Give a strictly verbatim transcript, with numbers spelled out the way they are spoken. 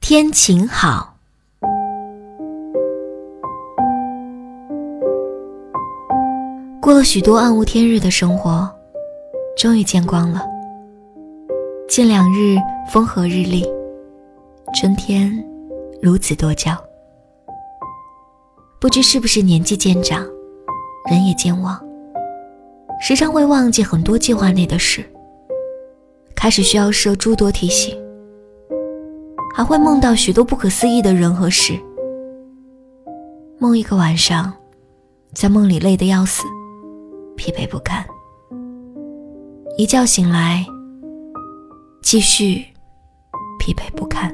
天晴好。过了许多暗无天日的生活，终于见光了。近两日风和日丽，春天如此多娇。不知是不是年纪渐长，人也健忘，时常会忘记很多计划内的事，开始需要设诸多提醒，还会梦到许多不可思议的人和事。梦一个晚上，在梦里累得要死，疲惫不堪，一觉醒来继续疲惫不堪。